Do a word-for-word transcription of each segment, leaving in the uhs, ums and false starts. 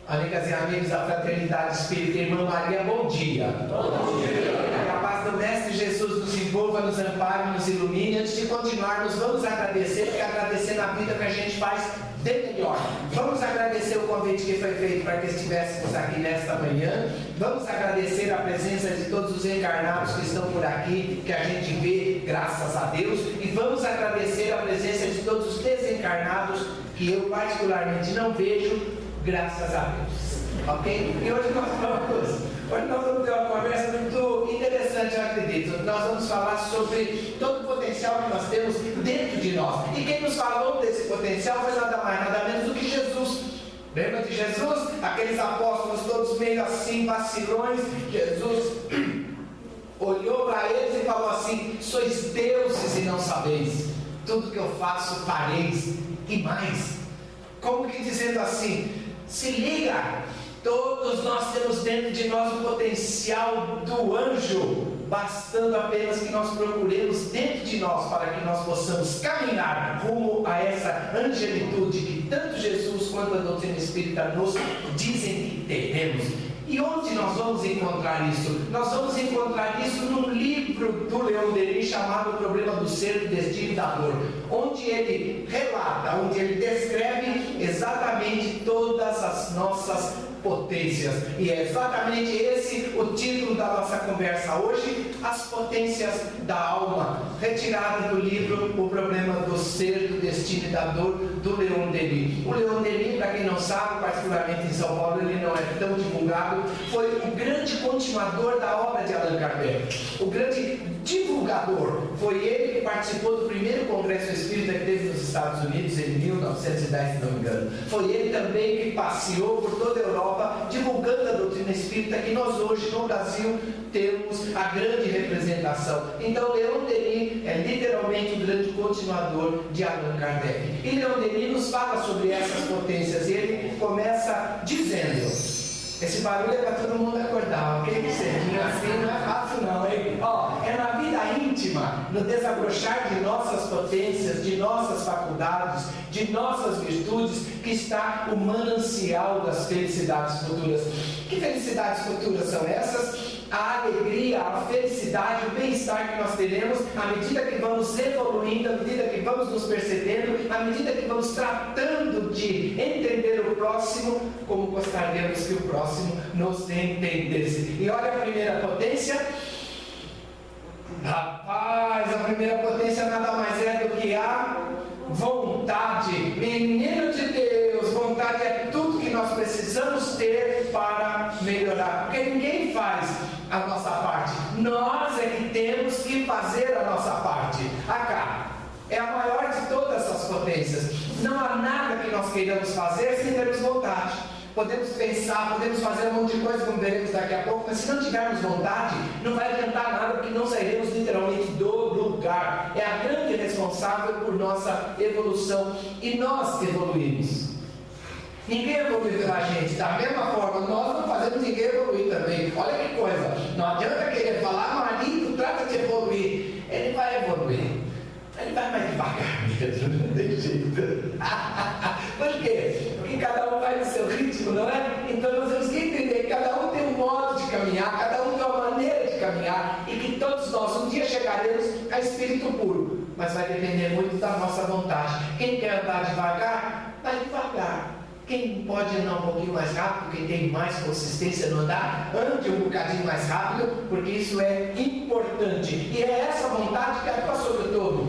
Amigas e amigos da Fraternidade Espírita, Irmã Maria, bom dia. Bom dia. Que a paz do Mestre Jesus nos envolva, nos ampare, nos ilumine. Antes de continuarmos, vamos agradecer, porque agradecer na vida que a gente faz de melhor. Vamos agradecer o convite que foi feito para que estivéssemos aqui nesta manhã. Vamos agradecer a presença de todos os encarnados que estão por aqui, que a gente vê, graças a Deus. E vamos agradecer a presença de todos os desencarnados, que eu particularmente não vejo, graças a Deus. Ok? E hoje nós vamos, hoje nós vamos ter uma conversa muito interessante, eu acredito. Nós vamos falar sobre todo o potencial que nós temos dentro de nós. E quem nos falou desse potencial foi nada mais, nada menos do que Jesus. Lembra de Jesus? Aqueles apóstolos todos meio assim, vacilões. Jesus olhou para eles e falou assim: sois deuses e não sabeis. Tudo que eu faço fareis e mais. Como que dizendo assim: se liga, todos nós temos dentro de nós o potencial do anjo, bastando apenas que nós procuremos dentro de nós para que nós possamos caminhar rumo a essa angelitude que tanto Jesus quanto a doutrina espírita nos dizem que teremos. E onde nós vamos encontrar isso? Nós vamos encontrar isso num livro do Leon Denis chamado O Problema do Ser, do Destino e da Dor, onde ele relata, onde ele descreve exatamente todas as nossas potências. E é exatamente esse o título da nossa conversa hoje: as potências da alma, retirado do livro O Problema do Ser, do Destino e da Dor, do Leon Denis. O Leon Denis, para quem não sabe, particularmente em São Paulo, ele não é tão divulgado, foi o grande continuador da obra de Allan Kardec, o grande divulgador. Foi ele que participou do primeiro congresso espírita que teve nos Estados Unidos em mil novecentos e dez, se não me engano. Foi ele também que passeou por toda a Europa divulgando a doutrina espírita, que nós hoje no Brasil temos a grande representação. Então Leon Denis é literalmente o grande continuador de Allan Kardec. E Leon Denis nos fala sobre essas potências, e ele começa dizendo: esse barulho é para todo mundo acordar, ok? Cedinho assim não é fácil não, hein? Ó, é na vida íntima, no desabrochar de nossas potências, de nossas faculdades, de nossas virtudes, que está o manancial das felicidades futuras. Que felicidades futuras são essas? A alegria, a felicidade, o bem-estar que nós teremos à medida que vamos evoluindo, à medida que vamos nos percebendo, à medida que vamos tratando de entender o próximo como gostaríamos que o próximo nos entendesse. E olha a primeira potência. Rapaz, a primeira potência nada mais é do que a vontade. Menino de Deus, vontade é tudo que nós precisamos ter para melhorar, porque ninguém faz a nossa parte, nós é que temos que fazer a nossa parte. Acá é a maior de todas essas potências. Não há nada que nós queiramos fazer sem termos vontade. Podemos pensar, podemos fazer um monte de coisa, como veremos daqui a pouco, mas se não tivermos vontade, não vai adiantar nada, porque não sairemos literalmente do lugar. É a grande responsável por nossa evolução, e nós evoluímos. Ninguém evolui pela gente. Da mesma forma, nós não fazemos ninguém evoluir também. Olha que coisa, não adianta querer falar: Marito, trata de evoluir. Ele vai evoluir, ele vai mais devagar mesmo, não tem jeito. Por quê? Porque cada um vai no seu ritmo, não é? Então nós temos que entender que cada um tem um modo de caminhar, cada um tem uma maneira de caminhar, e que todos nós um dia chegaremos a espírito puro, mas vai depender muito da nossa vontade. Quem quer andar devagar, vai devagar. Quem pode andar um pouquinho mais rápido, quem tem mais consistência no andar, ande um bocadinho mais rápido, porque isso é importante. E é essa vontade que atua sobre todo.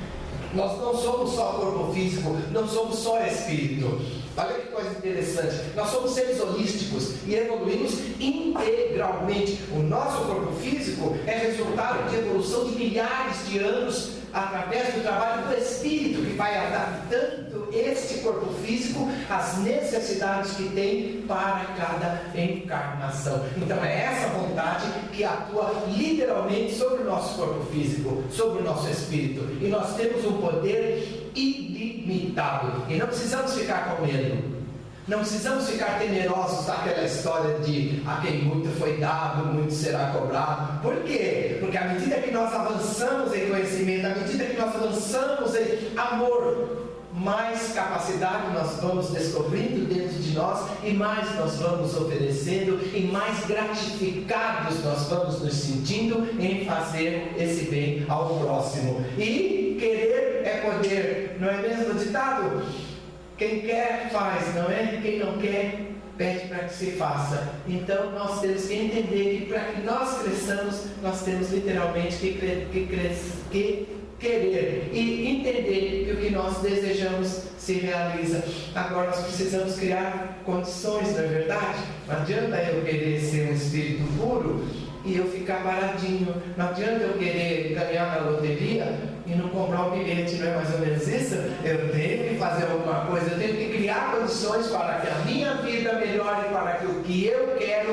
Nós não somos só corpo físico, não somos só espírito. Olha que coisa interessante. Nós somos seres holísticos e evoluímos integralmente. O nosso corpo físico é resultado de evolução de milhares de anos através do trabalho do espírito, que vai adaptando este corpo físico às necessidades que tem para cada encarnação. Então é essa vontade que atua literalmente sobre o nosso corpo físico, sobre o nosso espírito. E nós temos um poder ilimitado. E não precisamos ficar com medo. Não precisamos ficar temerosos daquela história de a quem muito foi dado, muito será cobrado. Por quê? Porque à medida que nós avançamos em conhecimento, à medida que nós avançamos em amor, mais capacidade nós vamos descobrindo dentro de nós, e mais nós vamos oferecendo, e mais gratificados nós vamos nos sentindo em fazer esse bem ao próximo. E querer é poder, não é mesmo ditado? Quem quer faz, não é? Quem não quer pede para que se faça. Então nós temos que entender que para que nós cresçamos, nós temos literalmente que, cre que, cres que querer e entender que o que nós desejamos se realiza. Agora nós precisamos criar condições, não é verdade? Não adianta eu querer ser um espírito puro e eu ficar paradinho. Não adianta eu querer ganhar na loteria e não comprar um bilhete, não é mais ou menos isso? Eu tenho que fazer alguma coisa, eu tenho que criar condições para que a minha vida melhore, para que o que eu quero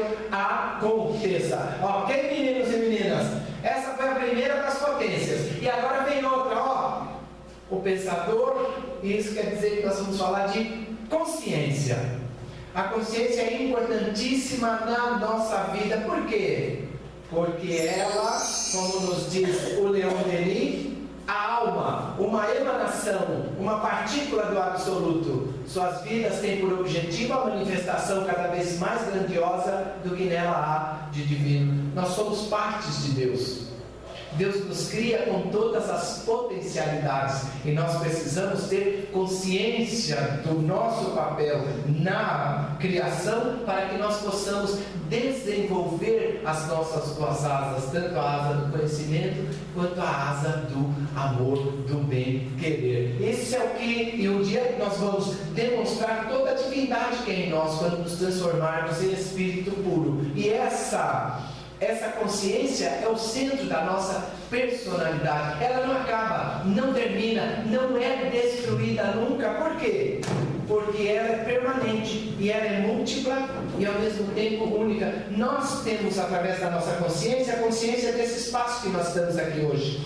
aconteça. Ok, meninos e meninas? Essa foi a primeira das potências. E agora vem outra, ó. O pensador, isso quer dizer que nós vamos falar de consciência. A consciência é importantíssima na nossa vida. Por quê? Porque ela, como nos diz o Leon Denis, a alma, uma emanação, uma partícula do absoluto. Suas vidas têm por objetivo a manifestação cada vez mais grandiosa do que nela há de divino. Nós somos partes de Deus. Deus nos cria com todas as potencialidades e nós precisamos ter consciência do nosso papel na criação para que nós possamos desenvolver as nossas duas asas, tanto a asa do conhecimento quanto a asa do amor, do bem querer. Esse é o que, e um dia nós vamos demonstrar toda a divindade que é em nós quando nos transformarmos em espírito puro. E essa Essa consciência é o centro da nossa personalidade. Ela não acaba, não termina, não é destruída nunca. Por quê? Porque ela é permanente e ela é múltipla e ao mesmo tempo única. Nós temos, através da nossa consciência, a consciência desse espaço que nós estamos aqui hoje.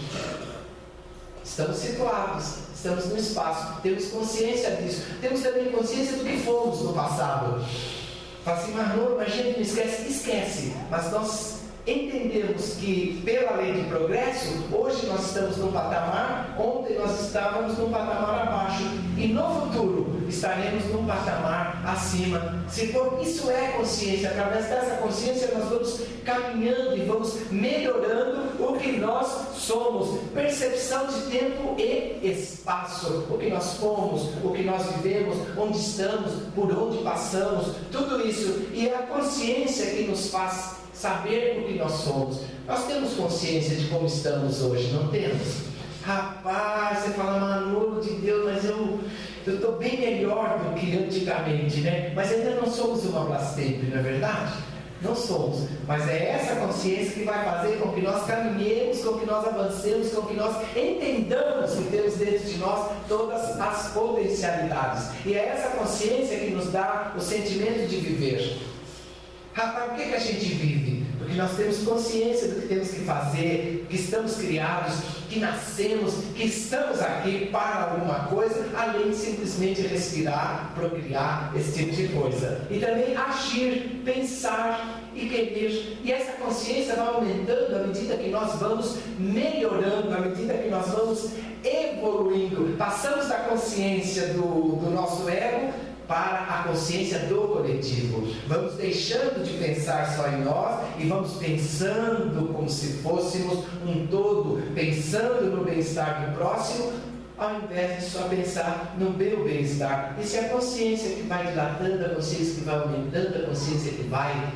Estamos situados, estamos no espaço, temos consciência disso. Temos também consciência do que fomos no passado. Fala assim, mas não, a gente não esquece, esquece, mas nós entendemos que pela lei de progresso, hoje nós estamos num patamar, ontem nós estávamos num patamar abaixo, e no futuro estaremos num patamar acima. Se for, isso é consciência. Através dessa consciência nós vamos caminhando e vamos melhorando o que nós somos. Percepção de tempo e espaço, o que nós fomos, o que nós vivemos, onde estamos, por onde passamos, tudo isso. E é a consciência que nos faz saber o que nós somos. Nós temos consciência de como estamos hoje, não temos? Rapaz, você fala, Manolo de Deus, mas eu eu estou bem melhor do que antigamente, né? Mas ainda não somos uma Brastemp, não é verdade? Não somos, mas é essa consciência que vai fazer com que nós caminhemos, com que nós avancemos, com que nós entendamos que temos dentro de nós todas as potencialidades. E é essa consciência que nos dá o sentimento de viver. Rapaz, por que, que a gente vive? Porque nós temos consciência do que temos que fazer, que estamos criados, que nascemos, que estamos aqui para alguma coisa, além de simplesmente respirar, procriar, esse tipo de coisa. E também agir, pensar e querer. E essa consciência vai aumentando à medida que nós vamos melhorando, à medida que nós vamos evoluindo. Passamos da consciência do, do nosso ego para a consciência do coletivo. Vamos deixando de pensar só em nós e vamos pensando como se fôssemos um todo, pensando no bem-estar do próximo, ao invés de só pensar no meu bem-estar. Isso é a consciência que vai dilatando, a consciência que vai aumentando, a consciência que vai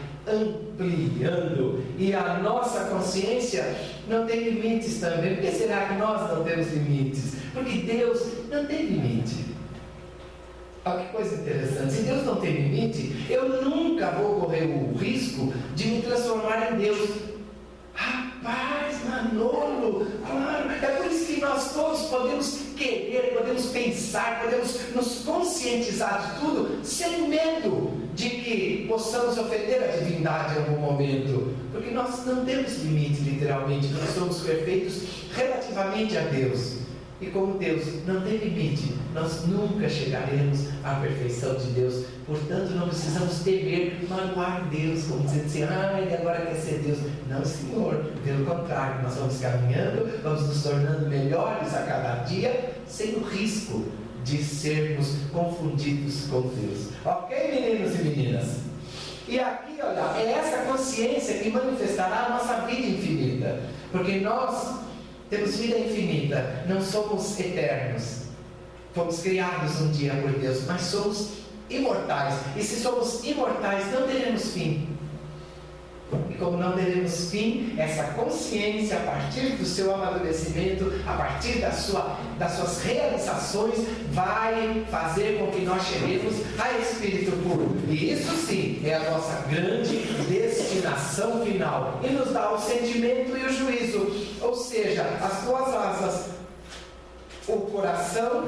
ampliando. E a nossa consciência não tem limites também. Por que será que nós não temos limites? Porque Deus não tem limite. Olha que coisa interessante. Se Deus não tem limite, eu nunca vou correr o risco de me transformar em Deus. Rapaz, Manolo, claro, é por isso que nós todos podemos querer, podemos pensar, podemos nos conscientizar de tudo, sem medo de que possamos ofender a divindade em algum momento. Porque nós não temos limite, literalmente, nós somos perfeitos relativamente a Deus. E como Deus não tem limite, nós nunca chegaremos à perfeição de Deus. Portanto, não precisamos temer magoar Deus, como dizendo assim, ah, ele agora quer ser Deus. Não, Senhor, pelo contrário, nós vamos caminhando, vamos nos tornando melhores a cada dia, sem o risco de sermos confundidos com Deus. Ok, meninos e meninas? E aqui, olha, é essa consciência que manifestará a nossa vida infinita. Porque nós temos vida infinita, não somos eternos. Fomos criados um dia por Deus, mas somos imortais. E se somos imortais, não teremos fim. E como não teremos fim, essa consciência, a partir do seu amadurecimento, a partir da sua, das suas realizações, vai fazer com que nós cheguemos a Espírito puro. E isso sim é a nossa grande destinação final. E nos dá o sentimento e o juízo. Ou seja, as duas asas, o coração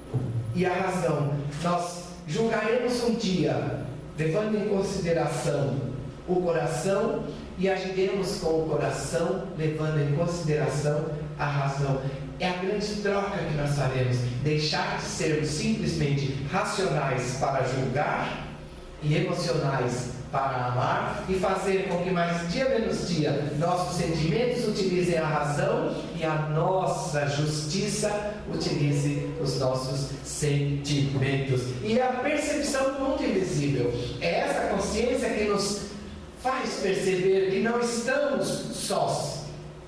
e a razão. Nós julgaremos um dia, levando em consideração o coração, e agiremos com o coração, levando em consideração a razão. É a grande troca que nós faremos. Deixar de sermos simplesmente racionais para julgar e emocionais para amar, e fazer com que mais dia menos dia nossos sentimentos utilizem a razão e a nossa justiça utilize os nossos sentimentos. E a percepção do mundo invisível é essa consciência que nos faz perceber que não estamos sós,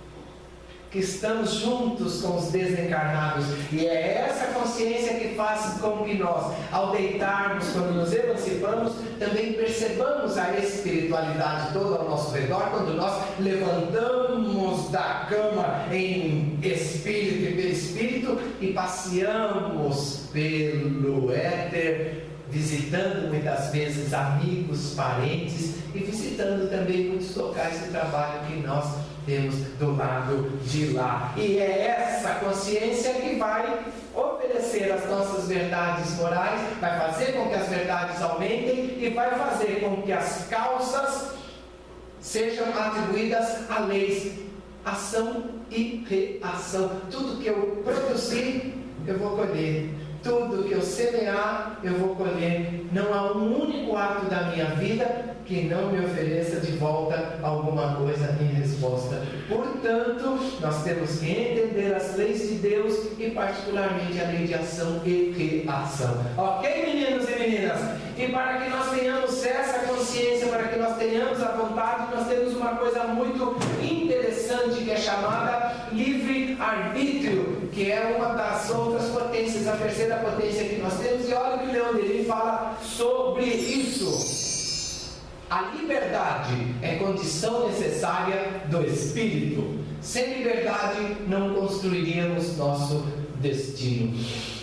que estamos juntos com os desencarnados. E é essa consciência que faz com que nós, ao deitarmos, quando nos emancipamos, também percebamos a espiritualidade toda ao nosso redor, quando nós levantamos da cama em espírito e perispírito e passeamos pelo éter, visitando muitas vezes amigos, parentes, e visitando também muitos locais de trabalho que nós temos do lado de lá. E é essa consciência que vai oferecer as nossas verdades morais, vai fazer com que as verdades aumentem e vai fazer com que as causas sejam atribuídas a leis, ação e reação. Tudo que eu produzir, eu vou colher. Tudo que eu semear, eu vou colher. Não há um único ato da minha vida que não me ofereça de volta alguma coisa em resposta. Portanto, nós temos que entender as leis de Deus e particularmente a lei de ação e reação. Ok, meninos e meninas? E para que nós tenhamos essa consciência, para que nós tenhamos a vontade, nós temos uma coisa muito interessante que é chamada livre-arbítrio, que é uma das outras potências, a terceira potência que nós temos. E olha o que Leon Denis fala sobre isso. A liberdade é condição necessária do espírito. Sem liberdade não construiríamos nosso destino.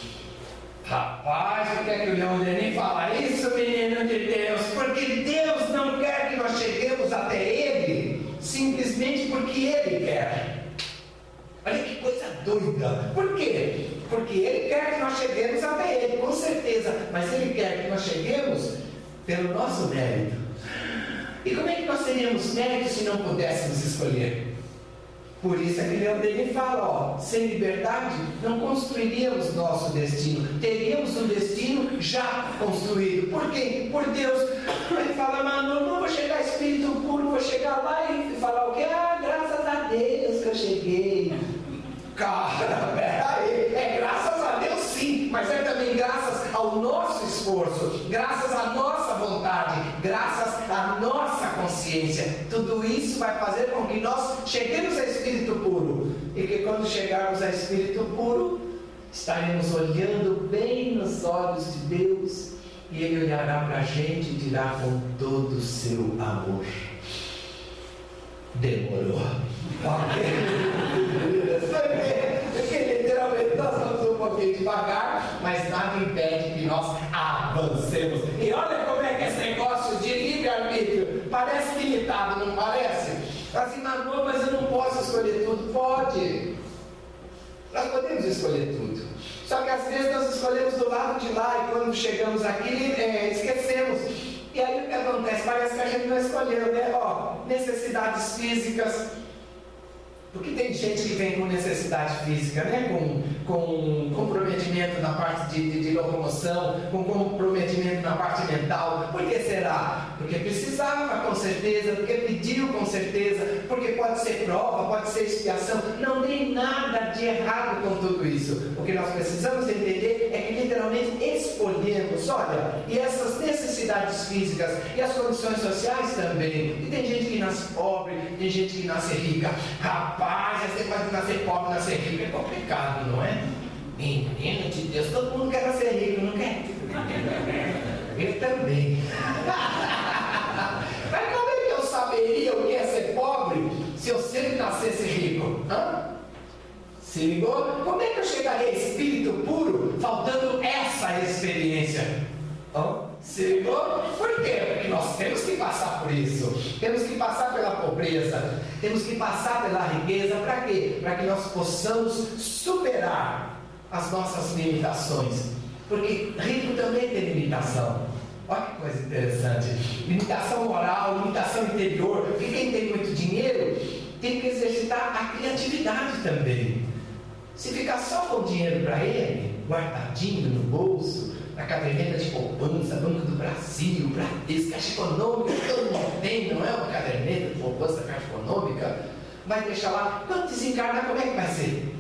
Rapaz, por que é que o Leon Denis fala isso, menino de Deus? Porque Deus não quer que nós cheguemos até Ele, simplesmente porque Ele quer. Olha que coisa doida. Por quê? Porque Ele quer que nós cheguemos até Ele, com certeza. Mas Ele quer que nós cheguemos pelo nosso mérito. E como é que nós teríamos mérito se não pudéssemos escolher? Por isso é que Leon Denis fala, ó, sem liberdade não construiríamos nosso destino. Teríamos um destino já construído. Por quê? Por Deus. Ele fala, mano, não vou chegar a espírito puro, vou chegar lá e falar o quê? Ah, graças a Deus que eu cheguei. Cara, peraí, é graças a Deus sim, mas é também graças ao nosso esforço, graças à nossa vontade, graças à nossa consciência. Tudo isso vai fazer com que nós cheguemos a espírito puro, e que quando chegarmos a espírito puro, estaremos olhando bem nos olhos de Deus, e Ele olhará para a gente e dirá com todo o seu amor: demorou. Porque literalmente nós vamos um pouquinho devagar, mas nada impede que nós avancemos. E olha como é que esse negócio de livre-arbítrio parece limitado, não parece? Assim, mas eu não posso escolher tudo. Pode. Nós podemos escolher tudo. Só que às vezes nós escolhemos do lado de lá e quando chegamos aqui, é, esquecemos. E aí o que acontece? Parece que a gente não escolheu, né? Ó, necessidades físicas, Porque tem gente que vem com necessidade física, né? com, com comprometimento na parte de, de, de locomoção, com comprometimento na parte mental. Por que será? Porque precisava, com certeza, porque pediu, com certeza, porque pode ser prova, pode ser expiação. Não tem nada de errado com tudo isso. O que nós precisamos entender é que literalmente escolhemos, olha, e essas necessidades físicas e as condições sociais também. E tem gente que nasce pobre, tem gente que nasce rica. Rapaz, você pode nascer pobre, nascer rico, é complicado, não é? Menino de Deus, todo mundo quer nascer rico, não quer? Eu também. Mas como é que eu saberia o que é ser pobre se eu sempre nascesse rico? Hã? Se ligou? Como é que eu chegaria a espírito puro faltando essa experiência? Hã? Se ligou? Por quê? Porque nós temos que passar por isso. Temos que passar pela pobreza. Temos que passar pela riqueza. Para quê? Para que nós possamos superar as nossas limitações. Porque rico também tem limitação. Olha que coisa interessante. Limitação moral, limitação interior. Porque quem tem muito dinheiro tem que exercitar a criatividade também. Se ficar só com dinheiro para ele, guardadinho no bolso, na caderneta de poupança, Banco do Brasil, Bradesco, Caixa Econômica, todo mundo tem, não é uma caderneta de poupança, Caixa Econômica, vai deixar lá, quando desencarnar, como é que vai ser?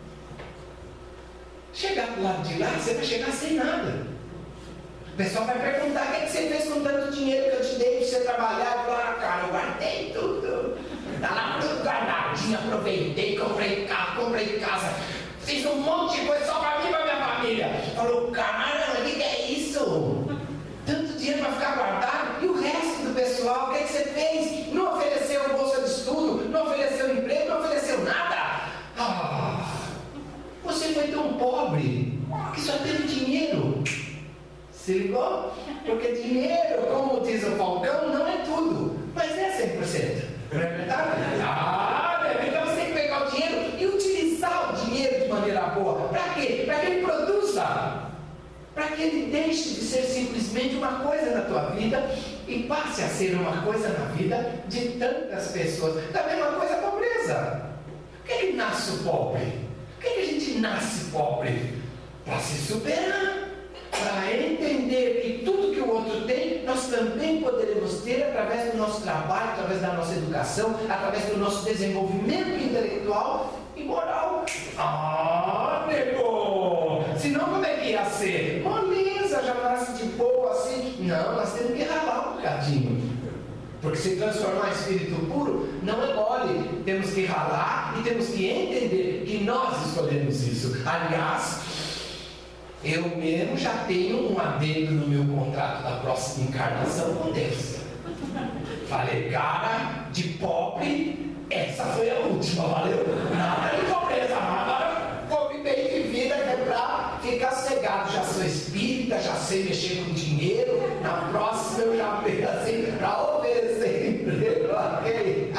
Chegar do lado de lá, você vai chegar sem nada. O pessoal vai perguntar, o que, é que você fez com tanto dinheiro que eu te dei para você trabalhar? Eu falo, ah, cara, eu guardei tudo. Está lá tudo guardadinho, aproveitei, comprei carro, comprei casa, fiz um monte de coisa só para mim e para minha família. Falou, caramba, o que é isso? Tanto dinheiro para ficar guardado? E o resto do pessoal, o que, é que você fez? Não ofereceu bolsa de estudo, não ofereceu emprego, não ofereceu nada. Ah, você foi tão pobre que só teve dinheiro. Se ligou? Porque dinheiro, como diz o Falcão, não é tudo, mas é cem por cento. Não é verdade? Ah, então você tem que pegar o dinheiro e utilizar o dinheiro de maneira boa. Para quê? Para que ele produza. Para que ele deixe de ser simplesmente uma coisa na tua vida e passe a ser uma coisa na vida de tantas pessoas. Da mesma coisa a pobreza. Por que ele nasce pobre? Por que a gente nasce pobre? Para se superar. Para entender que tudo que o outro tem, nós também poderemos ter através do nosso trabalho, através da nossa educação, através do nosso desenvolvimento intelectual e moral. Ah, nego! Senão como é que ia ser? Moleza, já nasce de boa assim. Não, nós temos que ralar um bocadinho. Porque se transformar em espírito puro não é mole. Temos que ralar e temos que entender que nós escolhemos isso. Aliás, eu mesmo já tenho um adendo no meu contrato da próxima encarnação com Deus. Falei, cara, de pobre, essa foi a última, valeu? Nada de pobreza, agora vou me bem de vida, que é pra ficar cegado. Já sou espírita, já sei mexer com dinheiro. Na próxima eu já venho assim para oferecer emprego, ok?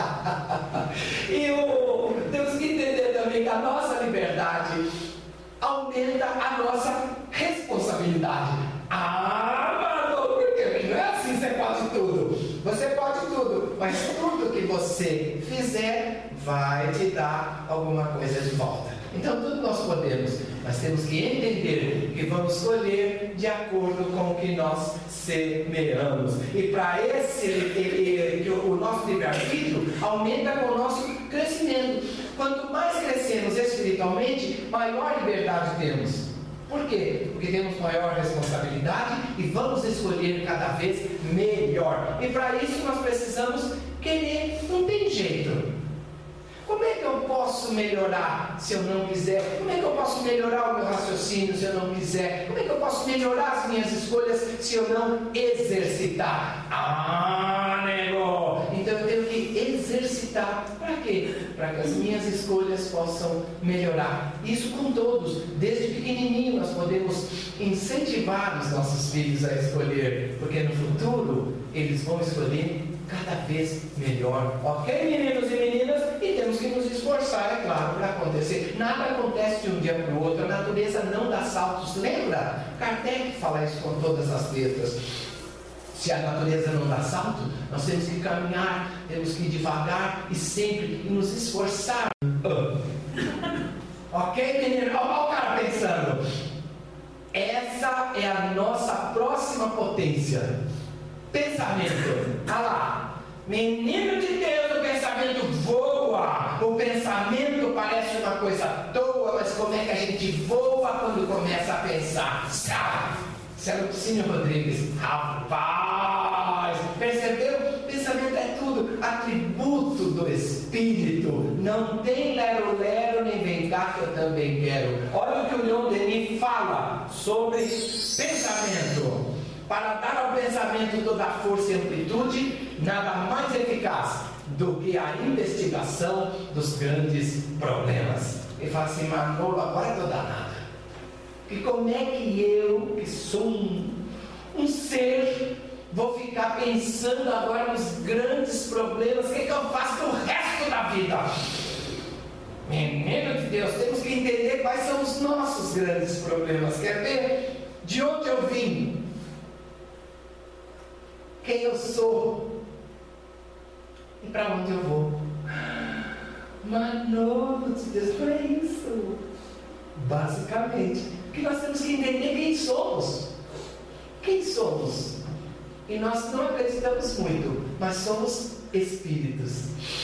E o, temos que entender também que a nossa liberdade aumenta a nossa responsabilidade. Ah, mano, por quê? Porque não é assim, você pode tudo. Você pode tudo, mas tudo que você fizer vai te dar alguma coisa de volta. Então tudo nós podemos, mas temos que entender que vamos escolher de acordo com o que nós semeamos. E para esse, ele, ele, o nosso livre-arbítrio aumenta com o nosso crescimento. Quanto mais crescemos espiritualmente, maior liberdade temos. Por quê? Porque temos maior responsabilidade e vamos escolher cada vez melhor. E para isso nós precisamos querer, não tem jeito. Como é que eu posso melhorar se eu não quiser? Como é que eu posso melhorar o meu raciocínio se eu não quiser? Como é que eu posso melhorar as minhas escolhas se eu não exercitar? Ah, nego! Então eu tenho que exercitar. Para quê? Para que as minhas escolhas possam melhorar. Isso com todos. Desde pequenininho nós podemos incentivar os nossos filhos a escolher, porque no futuro eles vão escolher cada vez melhor. Ok, meninos e meninas? E temos que nos esforçar, é claro, para acontecer. Nada acontece de um dia para o outro. A natureza não dá saltos. Lembra? Kardec fala isso com todas as letras. Se a natureza não dá salto, nós temos que caminhar, temos que ir devagar e sempre nos esforçar. Ok, menino? Olha o cara pensando. Essa é a nossa próxima potência. Pensamento. Olha lá. Menino de Deus, o pensamento voa. O pensamento parece uma coisa à toa, mas como é que a gente voa quando começa a pensar? Celocínio Rodrigues, rapaz, percebeu? Pensamento é tudo atributo do Espírito. Não tem lero-lero, nem vem cá que eu também quero. Olha o que o Leon Denis fala sobre pensamento. Para dar ao pensamento toda a força e amplitude, nada mais eficaz do que a investigação dos grandes problemas. Ele fala assim, Manolo, agora eu estou danado. E como é que eu, que sou um, um ser, vou ficar pensando agora nos grandes problemas? O que, é que eu faço pro resto da vida? Menino de Deus, temos que entender quais são os nossos grandes problemas. Quer ver? De onde eu vim? Quem eu sou? E para onde eu vou? Manolo de Deus, não é isso. Basicamente, que nós temos que entender quem somos. Quem somos? E nós não acreditamos muito, mas somos espíritos.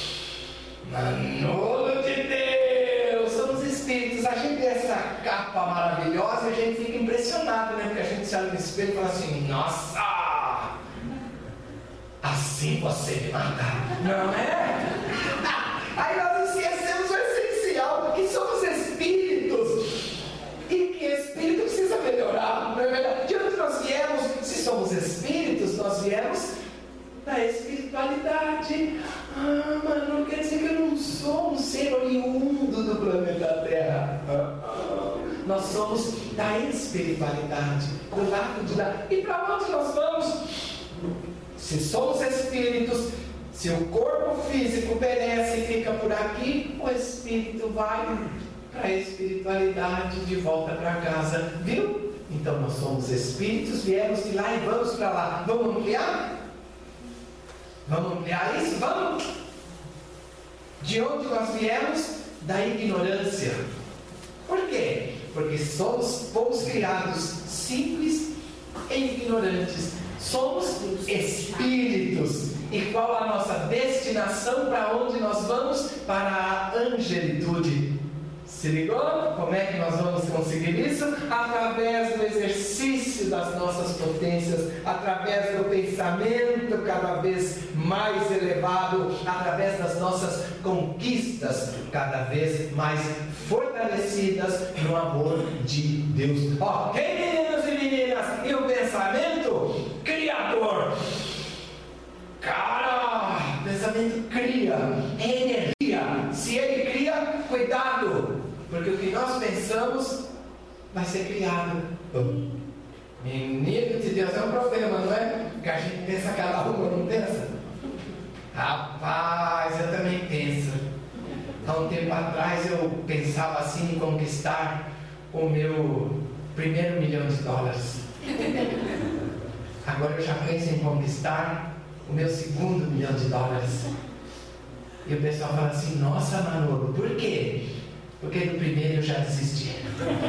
Manolo de Deus, somos espíritos. A gente tem essa capa maravilhosa e a gente fica impressionado, né? Porque a gente se olha no espelho e fala assim, nossa, assim você me mata, não é? Aí nós esquecemos o essencial, que somos espíritos. E que espírito precisa melhorar, não é verdade? De onde nós viemos? Se somos espíritos, nós viemos da espiritualidade. Ah, mas não quer dizer que eu não sou um ser oriundo do planeta Terra. Ah, ah. Nós somos da espiritualidade, do lado de lá. E para onde nós vamos? Se somos espíritos, se o corpo físico perece e fica por aqui, o espírito vai para a espiritualidade, de volta para casa, viu? Então nós somos espíritos, viemos de lá e vamos para lá. Vamos ampliar? Vamos ampliar isso? Vamos? De onde nós viemos? Da ignorância. Por quê? Porque somos, fomos criados simples e ignorantes. Somos espíritos. E qual a nossa destinação? Para onde nós vamos? Para a angelitude. Se ligou? Como é que nós vamos conseguir isso? Através do exercício das nossas potências, através do pensamento cada vez mais elevado, através das nossas conquistas cada vez mais fortalecidas no amor de Deus. Ok, meninos e meninas? E o pensamento criador? Cara, pensamento cria, é energia. Se ele cria, cuidado, porque o que nós pensamos vai ser criado. Menino de Deus, é um problema, não é? Que a gente pensa cada uma, não pensa? Rapaz, eu também penso. Há um tempo atrás eu pensava assim em conquistar o meu primeiro milhão de dólares. Agora eu já penso em conquistar o meu segundo milhão de dólares. E o pessoal fala assim, nossa Manolo, por quê? Porque do primeiro eu já desisti.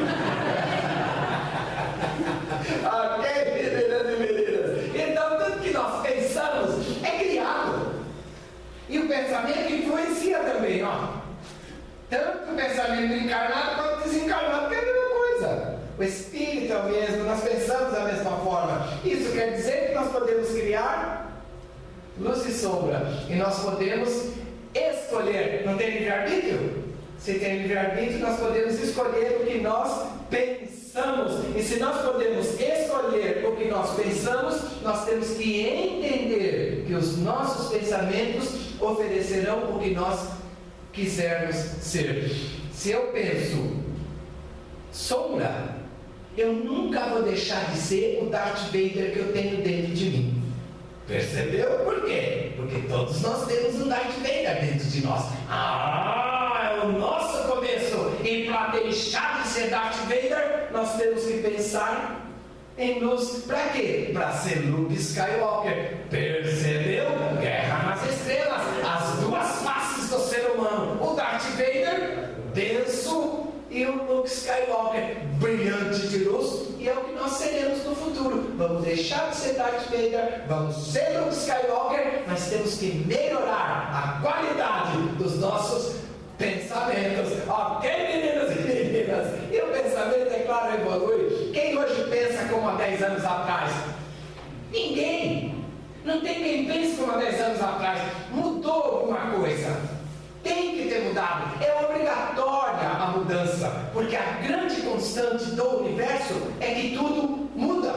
Ok, meninas e meninas? Então tudo que nós pensamos é criado. E o pensamento influencia também, ó. Tanto o pensamento encarnado quanto desencarnado, que é a mesma coisa. O espírito é o mesmo, nós pensamos da mesma forma. Isso quer dizer que nós podemos criar luz e sombra. E nós podemos escolher. Não tem livre-arbítrio? Se tem livre-arbítrio, nós podemos escolher o que nós pensamos. E se nós podemos escolher o que nós pensamos, nós temos que entender que os nossos pensamentos oferecerão o que nós quisermos ser. Se eu penso sombra, eu nunca vou deixar de ser o Darth Vader que eu tenho dentro de mim. Percebeu? Por quê? Porque todos nós temos um Darth Vader dentro de nós. Ah, é o nosso começo. E para deixar de ser Darth Vader, nós temos que pensar em luz. Para quê? Para ser Luke Skywalker. Percebeu? Guerra nas Estrelas. As duas faces do ser humano. O Darth Vader, denso, e o Luke Skywalker, brilhante de luz. E é o que nós seremos no futuro. Vamos deixar de ser Darth Vader, vamos ser Luke Skywalker, mas temos que melhorar a qualidade dos nossos pensamentos. Ok, meninos e meninas? E o pensamento, é claro, evolui. Quem hoje pensa como há dez anos atrás? Ninguém. Não tem quem pense como há dez anos atrás. Mudou alguma coisa. Tem que ter mudado. É obrigatória a mudança. Porque a grande constante do universo é que tudo muda.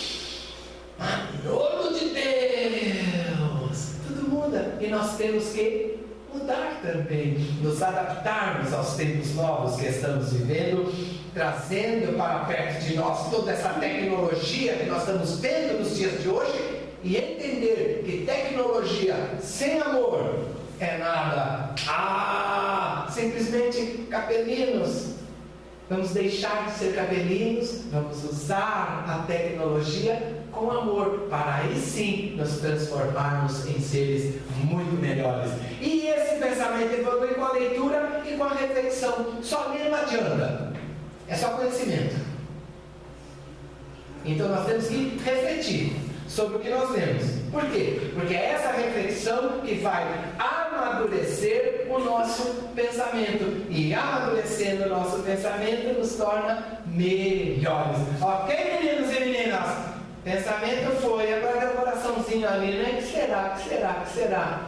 Manolo de Deus! Tudo muda. E nós temos que mudar também, nos adaptarmos aos tempos novos que estamos vivendo, trazendo para perto de nós toda essa tecnologia que nós estamos vendo nos dias de hoje, e entender que tecnologia sem amor é nada. Ah, simplesmente capelinos. Vamos deixar de ser cabelinos, vamos usar a tecnologia com amor, para aí sim nos transformarmos em seres muito melhores. E esse pensamento evolui com a leitura e com a reflexão. Só ler não adianta, é só conhecimento. Então nós temos que refletir sobre o que nós lemos. Por quê? Porque é essa reflexão que vai amadurecer o nosso pensamento. E amadurecendo o nosso pensamento nos torna melhores. Ok, meninos e meninas? Pensamento foi, agora o coraçãozinho ali, né? Que será, que será, que será?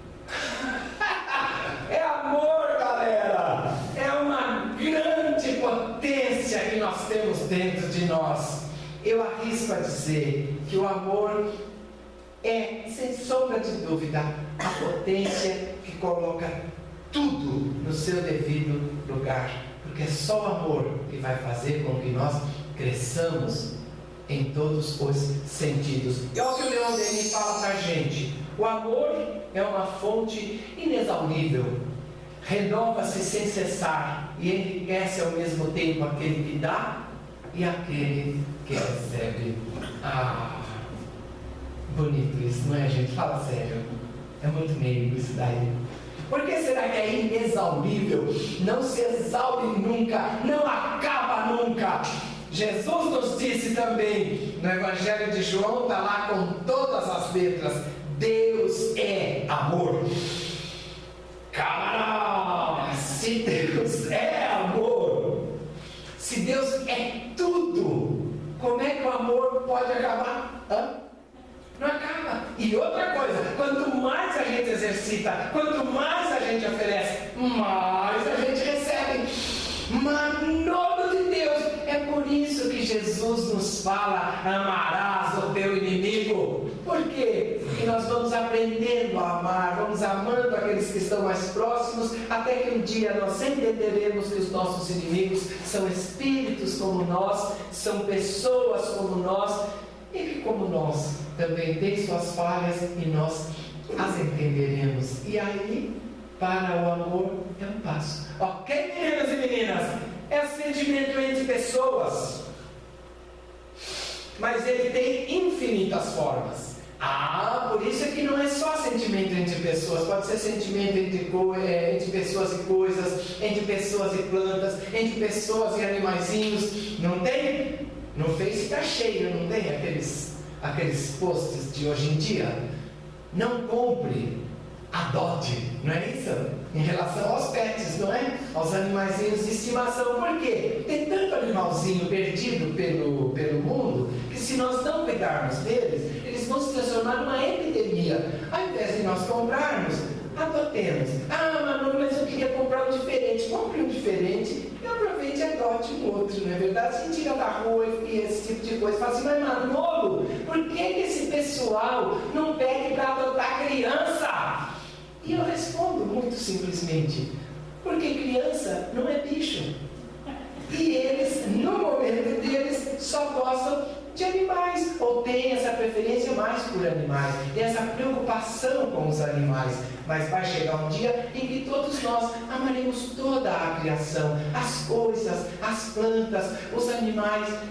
É amor, galera! É uma grande potência que nós temos dentro de nós. Eu arrisco a dizer que o amor é, sem sombra de dúvida, a potência que coloca tudo no seu devido lugar. Porque é só o amor que vai fazer com que nós cresçamos em todos os sentidos. E olha o que o Leon Denis fala para a gente: o amor é uma fonte inexaurível, renova-se sem cessar e enriquece ao mesmo tempo aquele que dá e aquele que recebe. Ah, bonito isso, não é, gente? Fala sério, é muito meio isso daí. Por que será que é inexaurível? Não se exaure nunca, não acaba nunca. Jesus nos disse também no Evangelho de João, está lá com todas as letras: Deus é amor. Cara, se Deus é amor, se Deus é tudo, como é que o amor pode acabar? Hã? Não acaba. E outra coisa, quanto mais a gente exercita, quanto mais a gente oferece, mais a gente recebe. Manolo de Deus. É por isso que Jesus nos fala: amarás o teu inimigo. Por quê? Porque nós vamos aprendendo a amar, vamos amando aqueles que estão mais próximos, até que um dia nós entenderemos que os nossos inimigos são espíritos como nós, são pessoas como nós, e que, como nós, também têm suas falhas e nós as entenderemos. E aí, para o amor é um passo. Ok, meninas e meninas? É sentimento entre pessoas, mas ele tem infinitas formas. Ah, por isso é que não é só sentimento entre pessoas, pode ser sentimento entre, co- é, entre pessoas e coisas, entre pessoas e plantas, entre pessoas e animaizinhos. Não tem? No Face está cheio, não tem aqueles, aqueles posts de hoje em dia? Não compre, adote, não é isso? Em relação aos pets, não é? Aos animaizinhos de estimação. Por quê? Tem tanto animalzinho perdido pelo, pelo mundo, que se nós não cuidarmos deles, eles vão se transformar numa epidemia. Ao invés de nós comprarmos, adotemos. Ah, Manu, mas eu queria comprar um diferente. Compre um diferente e aproveite e adote um outro, não é verdade? Se tira da rua e esse tipo de coisa. Fala assim: mas Manolo, por que, que esse pessoal não pede para adotar criança? E eu respondo muito simplesmente: porque criança não é bicho. E eles, no momento deles, só gostam de animais, ou têm essa preferência mais por animais, tem essa preocupação com os animais. Mas vai chegar um dia em que todos nós amaremos toda a criação, as coisas, as plantas, os animais.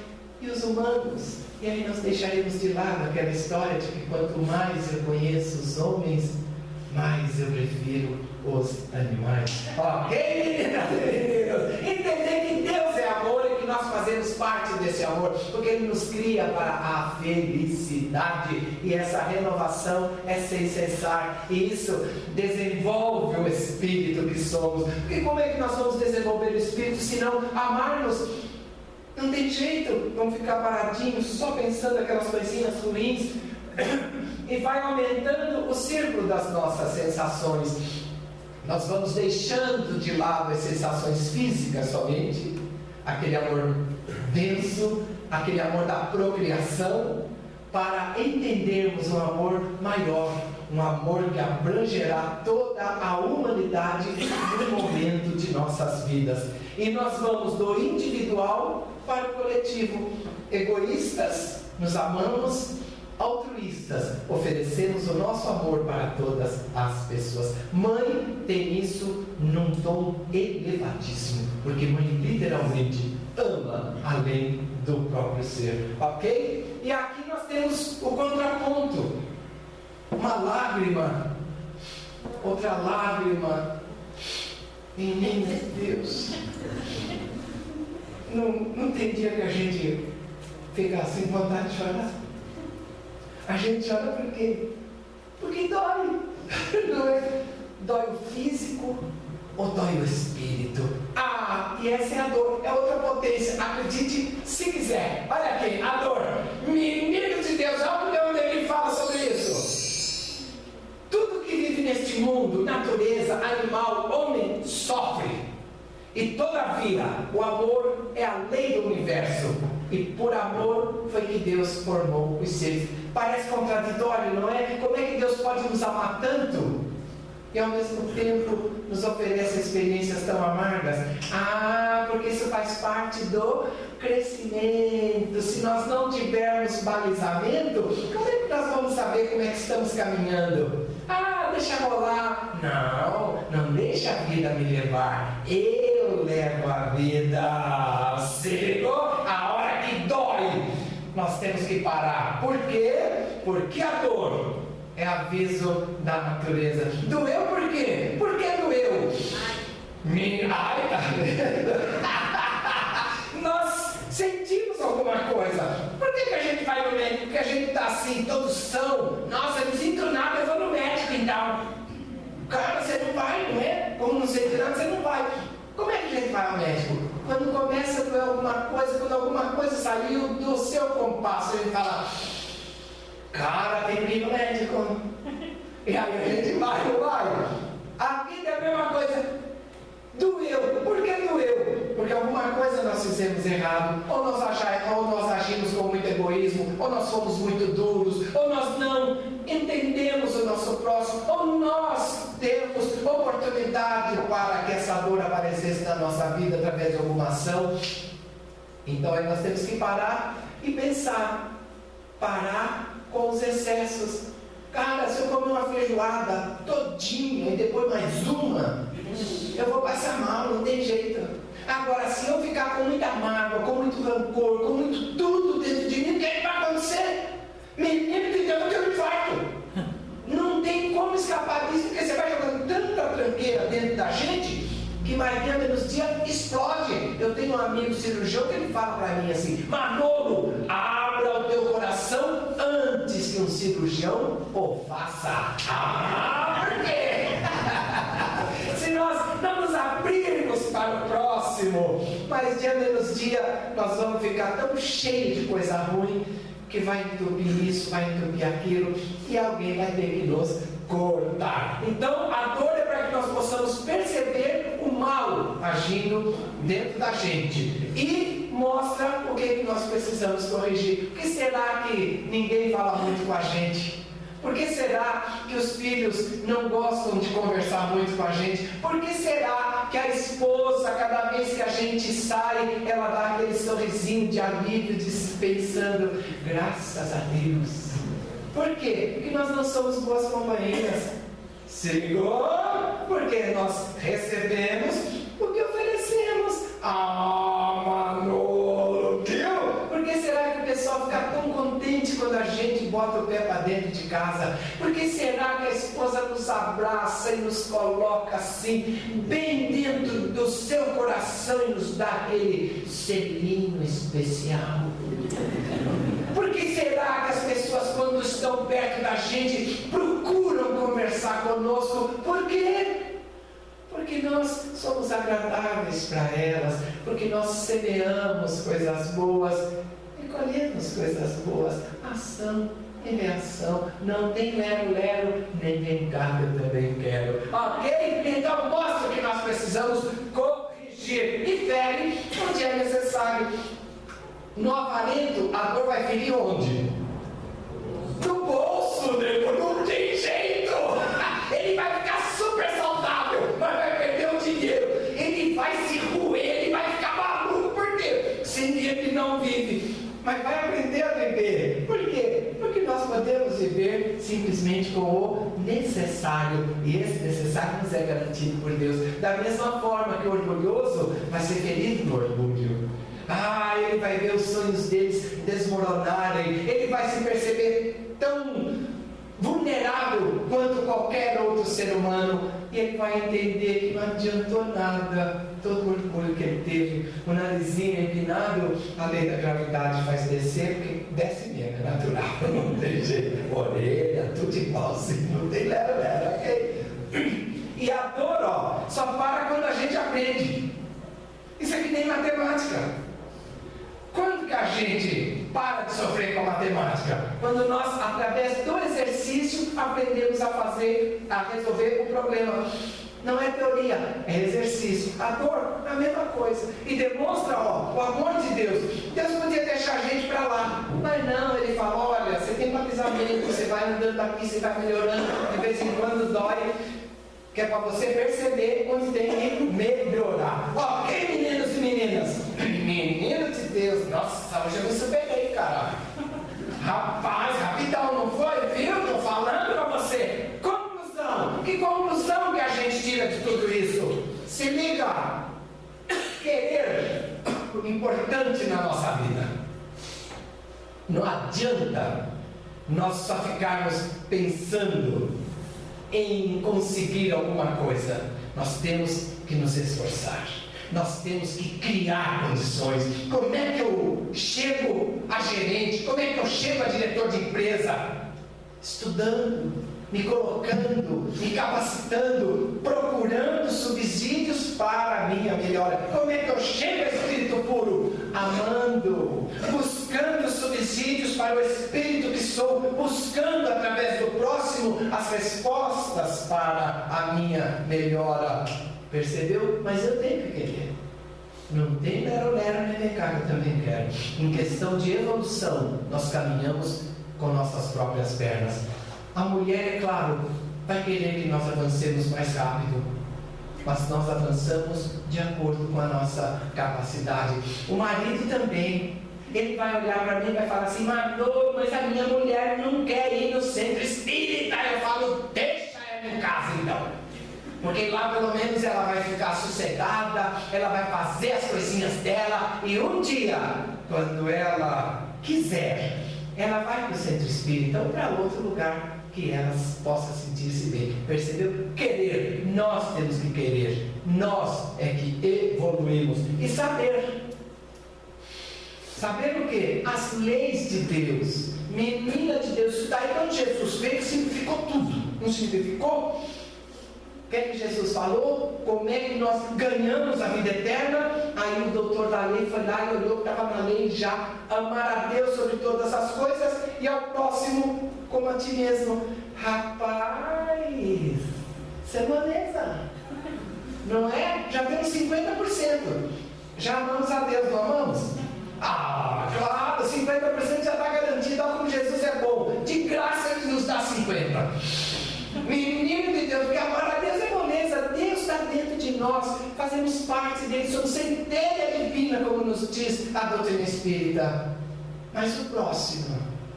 e os humanos. E aí nós deixaremos de lado aquela história de que quanto mais eu conheço os homens, mais eu prefiro os animais. Ok, meninas e meninos? Entender que Deus é amor e que nós fazemos parte desse amor, porque Ele nos cria para a felicidade, e essa renovação é sem cessar, e isso desenvolve o espírito que somos. E como é que nós vamos desenvolver o espírito se não amarmos? Não tem jeito, vamos ficar paradinhos só pensando aquelas coisinhas ruins, e vai aumentando o círculo das nossas sensações. Nós vamos deixando de lado as sensações físicas somente, aquele amor denso, aquele amor da procriação, para entendermos um amor maior, um amor que abrangerá toda a humanidade no momento de nossas vidas. E nós vamos do individual para o coletivo. Egoístas, nos amamos; altruístas, oferecemos o nosso amor para todas as pessoas. Mãe tem isso num tom elevadíssimo, porque mãe literalmente ama além do próprio ser, ok? E aqui nós temos o contraponto: uma lágrima, outra lágrima. Menina de Deus, não, não tem dia que a gente fica assim com vontade de chorar. A gente chora por quê? Porque dói. Não é? Dói o físico ou dói o espírito? Ah, e essa é a dor, é outra potência. Acredite se quiser. Olha aqui, a dor. Menino de Deus, olha onde ele fala sobre isso. Tudo que vive neste mundo, natureza, animal, homem, sofre. E todavia, o amor é a lei do universo. E por amor foi que Deus formou os seres. Parece contraditório, não é? Como é que Deus pode nos amar tanto e ao mesmo tempo nos oferece experiências tão amargas? Ah, porque isso faz parte do crescimento. Se nós não tivermos balizamento, como é que nós vamos saber como é que estamos caminhando? Ah, deixa rolar. Não, não deixa a vida me levar. Eu levo a vida. Chegou a hora que dói. Nós temos que parar. Por quê? Porque a dor é aviso da natureza. Doeu por quê? Por que doeu? Ai, tá vendo? Nós sentimos alguma coisa. Por que, que a gente vai no médico? Porque a gente está assim, todos são. Nossa, eu não sinto nada, eu vou no médico então. Cara, você não vai, não é? Como não sente nada, você não vai. Como é que a gente vai ao médico? Quando começa a doer alguma coisa, quando alguma coisa saiu do seu compasso, a gente fala: cara, tem que ir no médico. E aí a gente vai, não vai? A vida é a mesma coisa. Doeu. Por que doeu? Porque alguma coisa nós fizemos errado, ou nós, achar, ou nós agimos com muito egoísmo, ou nós fomos muito duros, ou nós não entendemos o nosso próximo, ou nós temos oportunidade para que essa dor aparecesse na nossa vida através de alguma ação. Então aí nós temos que parar e pensar, parar com os excessos. Cara, se eu comer uma feijoada todinha e depois mais uma, eu vou passar mal, não tem jeito. Agora, se eu ficar com muita mágoa, com muito rancor, com muito tudo dentro de mim, o que, é que vai acontecer? Menino de Deus, eu tenho um infarto. Não tem como escapar disso, porque você vai jogando tanta tranqueira dentro da gente, que mais dia menos dia explode. Eu tenho um amigo cirurgião que ele fala para mim assim: Manolo, abra o teu coração antes que um cirurgião o faça. Ah, por quê? Se nós não nos abrirmos para o próximo, mais dia menos dia nós vamos ficar tão cheios de coisa ruim que vai entupir isso, vai entupir aquilo, e alguém vai ter que nos cortar. Então a dor é para que nós possamos perceber o mal agindo dentro da gente e mostra o que, é que nós precisamos corrigir. Por que será que ninguém fala muito com a gente? Por que será que os filhos não gostam de conversar muito com a gente? Por que será que a esposa, cada vez que a gente sai, ela dá aquele sorrisinho de alívio, pensando: graças a Deus? Por quê? Porque nós não somos boas companhias. Chegou? Porque nós recebemos o que oferecemos. Ah, Manolo, viu? Por que será quando a gente bota o pé para dentro de casa? Por que será que a esposa nos abraça e nos coloca assim, bem dentro do seu coração e nos dá aquele selinho especial? Por que será que as pessoas, quando estão perto da gente, procuram conversar conosco? Por quê? Porque nós somos agradáveis para elas, porque nós semeamos coisas boas e colhemos coisas boas. Ação e reação, não tem lero-lero, nem vem cá que eu também quero. Ok? Então mostra que nós precisamos corrigir e fere onde é necessário. No avarento, a dor vai ferir onde? No bolso, nego, não tem jeito. Ele vai ficar super saudável, mas vai perder o dinheiro. Ele vai se roer, ele vai ficar maluco. Por quê? Sem ele não vive, mas vai aprender a viver. Por quê? Porque nós podemos viver simplesmente com o necessário, e esse necessário nos é garantido por Deus. Da mesma forma que o orgulhoso vai ser ferido no orgulho. Ah, ele vai ver os sonhos deles desmoronarem, ele vai se perceber tão vulnerável quanto qualquer outro ser humano, e ele vai entender que não adiantou nada todo o orgulho que ele teve. O narizinho empinado, a lei da gravidade faz descer, porque desce mesmo, é natural, não tem jeito. Orelha, tudo igualzinho, não tem lero-lero, ok? E a dor, ó, só para quando a gente aprende. Isso é que nem matemática. Quando que a gente para de sofrer com a matemática? Quando nós, através do exercício, aprendemos a fazer, a resolver o problema. Não é teoria, é exercício. A dor é a mesma coisa. E demonstra, ó, o amor de Deus. Deus podia deixar a gente para lá, mas não, ele fala, olha, você tem balizamento, você vai andando aqui, você vai melhorando, de vez em quando dói, que é para você perceber onde tem que melhorar. Ok, meninos e meninas? Menino de Deus, nossa, hoje eu me superei, cara. Rapaz, rapidão, não foi? Viu? Estou falando para você. Conclusão. Que conclusão que a gente tira de tudo isso? Se liga. Querer, importante na nossa vida. Não adianta nós só ficarmos pensando em conseguir alguma coisa. Nós temos que nos esforçar. Nós temos que criar condições. Como é que eu chego a gerente? Como é que eu chego a diretor de empresa? Estudando, me colocando, me capacitando, procurando subsídios para a minha melhora. Como é que eu chego a espírito puro? Amando, buscando subsídios para o espírito que sou, buscando através do próximo as respostas para a minha melhora. Percebeu? Mas eu tenho que querer. Não tem lero-lero nem cá, eu também quero. Em questão de evolução, nós caminhamos com nossas próprias pernas. A mulher, é claro, vai querer que nós avancemos mais rápido, mas nós avançamos de acordo com a nossa capacidade. O marido também. Ele vai olhar para mim e vai falar assim, Manu, mas a minha mulher não quer ir no centro espírita. Eu falo, deixa ela em casa então. Porque lá pelo menos ela vai ficar sossegada, ela vai fazer as coisinhas dela, e um dia, quando ela quiser, ela vai para o centro espírita ou para outro lugar que ela possa sentir-se bem. Percebeu? Querer, nós temos que querer, nós é que evoluímos. E saber, saber o quê? As leis de Deus. Menina de Deus, isso daí quando Jesus veio, simplificou tudo, não simplificou? O que é que Jesus falou? Como é que nós ganhamos a vida eterna? Aí o doutor da lei foi lá e olhou que estava na lei já. Amar a Deus sobre todas as coisas e ao próximo como a ti mesmo. Rapaz, isso é moleza. Não é? Já temos cinquenta por cento. Já amamos a Deus, não amamos? Ah, claro, cinquenta por cento já está garantido. Olha como Jesus é bom. De graça Ele nos dá cinquenta por cento. Menino de Deus, porque amar a Deus é moleza. Deus está dentro de nós, fazemos parte dele, somos centelha divina, como nos diz a doutrina espírita. Mas o próximo,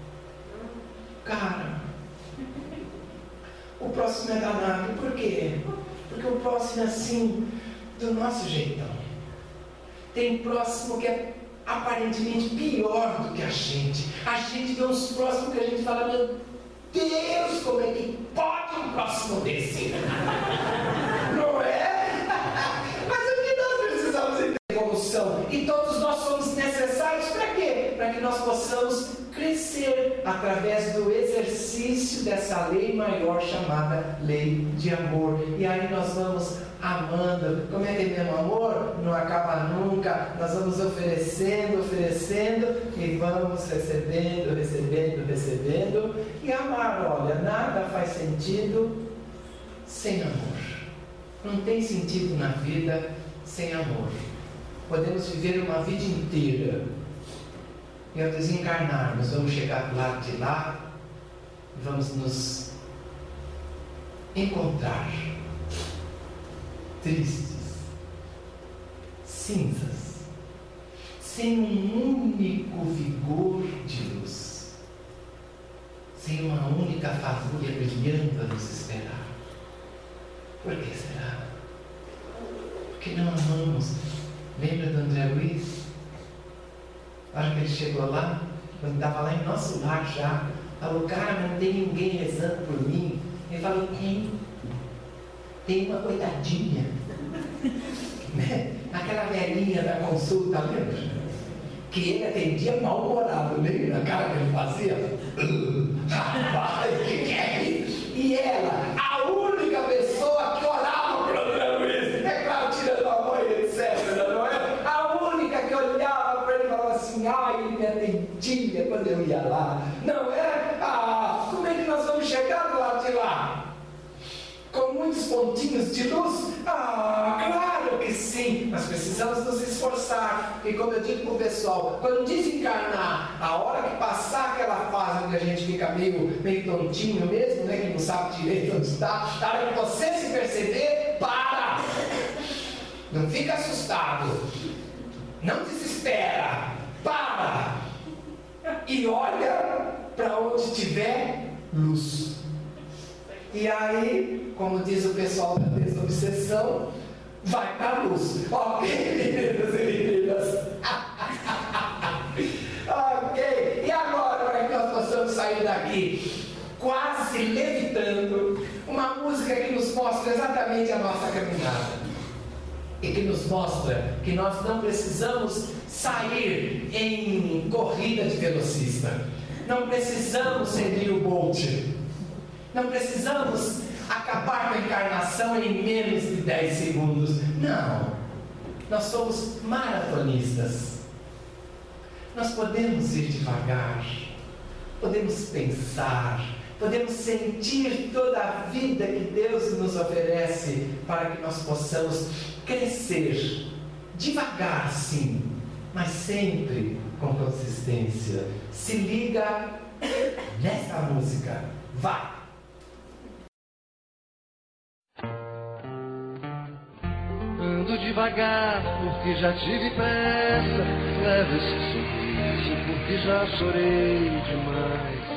cara, o próximo é danado. Por quê? Porque o próximo é assim, do nosso jeitão. Tem próximo que é aparentemente pior do que a gente. A gente vê uns próximos que a gente fala, meu Deus, como é que pode um próximo desse? Não é? Mas o que nós precisamos entender como são? E todos nós somos necessários para quê? Para que nós possamos crescer através do exercício dessa lei maior chamada lei de amor. E aí nós vamos amando. Como é que é mesmo? Amor não acaba nunca. Nós vamos oferecendo, oferecendo e vamos recebendo, recebendo, recebendo. E amar, olha, nada faz sentido sem amor. Não tem sentido na vida sem amor. Podemos viver uma vida inteira e ao desencarnarmos vamos chegar do lado de lá e vamos nos encontrar tristes, cinzas, sem um único vigor de luz, sem uma única fagulha brilhando a nos esperar. Por que será? Porque não amamos. Lembra do André Luiz? A hora que ele chegou lá, quando estava lá em nosso lar já, falou, cara, não tem ninguém rezando por mim. Ele falou, tem. Tem uma coitadinha. Né? Aquela velhinha da consulta, lembra? Que ele atendia mal-humorado, lembra? A cara que ele fazia. Rapaz, o que é isso? E ela, a única pessoa que orava por André Luiz, é claro, tirando a mãe, etcétera, não é? A única que olhava para ele e falava assim, ai, ele me atendia quando eu ia lá. Não é? Ah, como é que nós vamos chegar do lado de lá? Com muitos pontinhos de luz? Ah, claro que sim. Nós precisamos nos esforçar. E como eu digo para o pessoal, quando desencarnar, a hora que passar aquela fase onde a gente fica meio, meio tontinho mesmo, né, que não sabe direito onde está, a hora que você se perceber, para! Não fica assustado. Não desespera. Para! E olha para onde tiver luz. E aí, como diz o pessoal da desobsessão, vai para a luz. Ok, meninas e meninas? Ok, e agora, para que nós possamos sair daqui quase levitando, uma música que nos mostra exatamente a nossa caminhada. E que nos mostra que nós não precisamos sair em corrida de velocista. Não precisamos seguir o Bolt. Não precisamos acabar com a encarnação em menos de dez segundos. Não. Nós somos maratonistas. Nós podemos ir devagar. Podemos pensar. Podemos sentir toda a vida que Deus nos oferece para que nós possamos crescer. Devagar, sim, mas sempre com consistência. Se liga nessa música. Vai! Ando devagar porque já tive pressa, levo esse sorriso porque já chorei demais.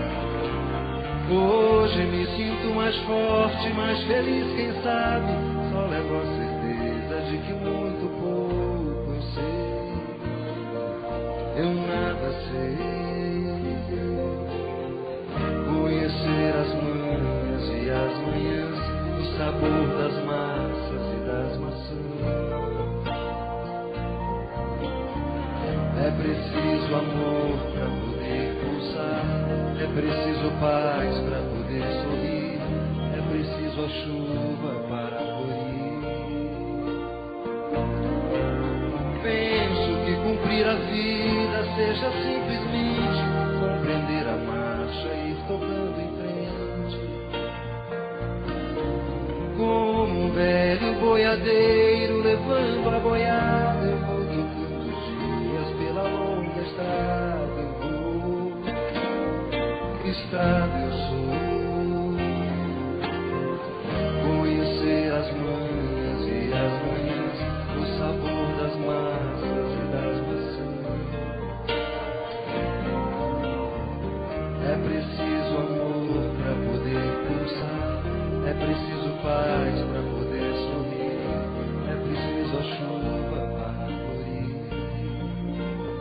Hoje me sinto mais forte, mais feliz, quem sabe, só levo a certeza de que muito pouco eu sei. Eu nada sei, conhecer as manhãs e as manhãs, o sabor das massas e das maçãs. É preciso amor para poder pulsar, é preciso paz para poder sorrir, é preciso a chuva para florir. Penso que cumprir a vida seja simplesmente compreender a marcha e ir tocando em frente. Como um velho boiadeiro levando a boiada, eu vou trocando os dias pela longa estrada. Eu vou, que estrada eu sou, conhecer as manhãs e as manhãs, o sabor das massas e das maçãs. É preciso amor para poder pulsar, é preciso paz para poder sorrir, é preciso a chuva para florir.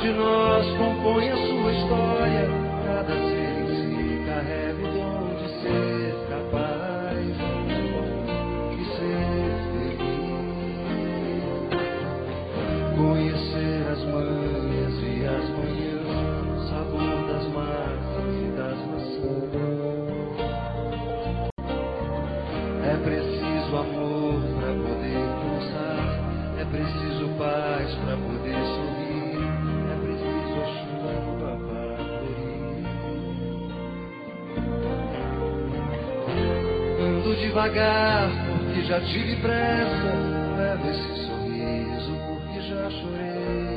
de nós compõe a sua história, cada ser em si carrega o dom de ser capaz de ser feliz. Conhecer as manhas e as manhãs, o sabor das massas e das maçãs. É preciso amor para poder pulsar, é preciso paz para poder sorrir, é preciso chuva para florir. Ando devagar porque já tive pressa, levo esse sorriso porque já chorei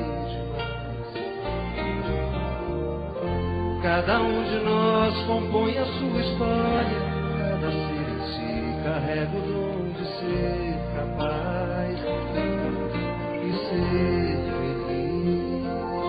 demais. Cada um de nós compõe a sua história, cada ser em si carrega o dom de ser capaz de ser feliz.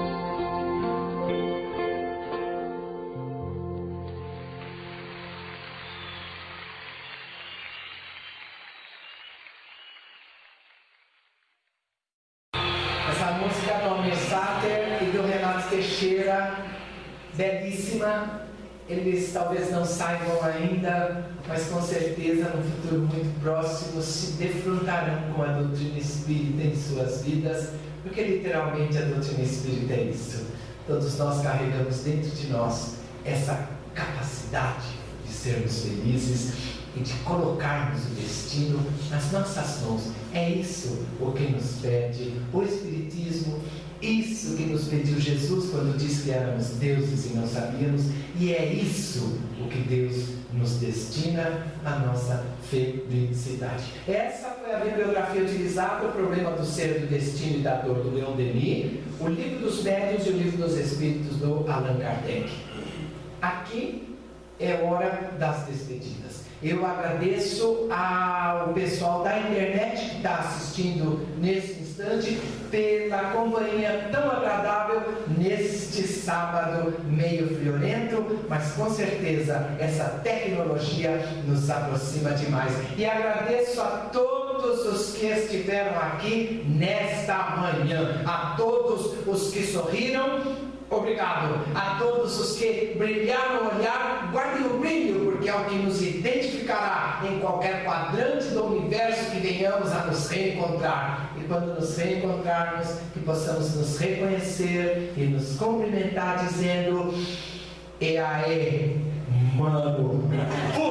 Essa música do Almir Sater e do Renato Teixeira, belíssima. Eles talvez não saibam ainda, mas com certeza no futuro muito próximo se defrontarão com a doutrina espírita em suas vidas, porque literalmente a doutrina espírita é isso. Todos nós carregamos dentro de nós essa capacidade de sermos felizes e de colocarmos o destino nas nossas mãos. É isso o que nos pede o Espiritismo, isso que nos pediu Jesus quando disse que éramos deuses e não sabíamos, e é isso o que Deus nos destina à nossa felicidade. Essa foi a bibliografia utilizada, o problema do ser, do destino e da dor, do Leon Denis, o livro dos médiuns e o livro dos espíritos do Allan Kardec. Aqui é hora das despedidas. Eu agradeço ao pessoal da internet que está assistindo nesse instante pela companhia tão agradável neste sábado meio friorento, mas com certeza essa tecnologia nos aproxima demais. E agradeço a todos os que estiveram aqui nesta manhã, a todos os que sorriram. Obrigado a todos os que brilharam o olhar, guardem o brilho, porque é o que nos identificará em qualquer quadrante do universo que venhamos a nos reencontrar. E quando nos reencontrarmos, que possamos nos reconhecer e nos cumprimentar dizendo: e aí, mano?